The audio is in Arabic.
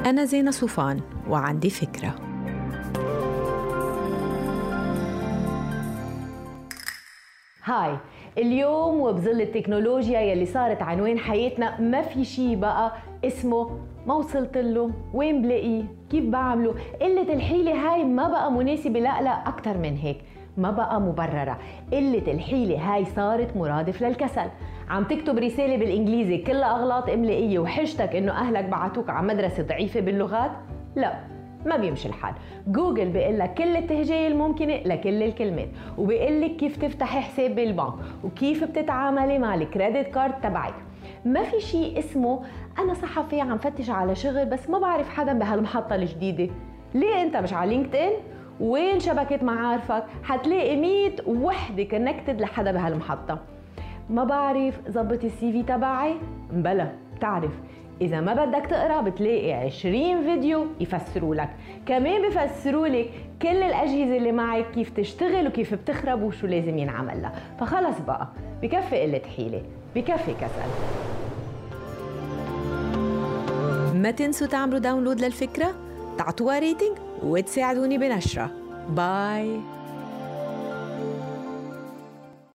أنا زينة صوفان وعندي فكرة. هاي اليوم وبظل التكنولوجيا يلي صارت عنوان حياتنا ما في شي بقى اسمه ما وصلت له، وين بلاقيه، كيف بعمله. قلة الحيلة هاي ما بقى مناسبة، لا أكتر من هيك ما بقى مبررة. قلة الحيلة هاي صارت مرادف للكسل. عم تكتب رسالة بالإنجليزي كلها أغلاط إملائية وحجتك إنه أهلك بعتوك على مدرسة ضعيفة باللغات؟ لا، ما بيمشي الحال. جوجل بيقول لك كل التهجئة الممكنة لكل الكلمات، وبيقول لك كيف تفتحي حساب بالبنك وكيف بتتعاملي مع الكريدت كارد تبعك. ما في شيء اسمه أنا صحفي عم فتش على شغل بس ما بعرف حدا بهالمحطة الجديدة. ليه أنت مش على لينكدين؟ وين شبكة معارفك؟ حتلاقي 100 وحدة كونكتد لحدا بهالمحطة. ما بعرف زبط السي في تبعي؟ بلا بتعرف. إذا ما بدك تقرأ بتلاقي 20 فيديو يفسروا لك، كمان بفسروا لك كل الأجهزة اللي معك كيف تشتغل وكيف بتخرب وشو لازم ينعمل لها. فخلص بقى، بكفي قلة حيلة، بكفي كسل. ما تنسوا تعملوا داونلود للفكرة، تعطوها ريتنج وتساعدوني بنشرة. باي.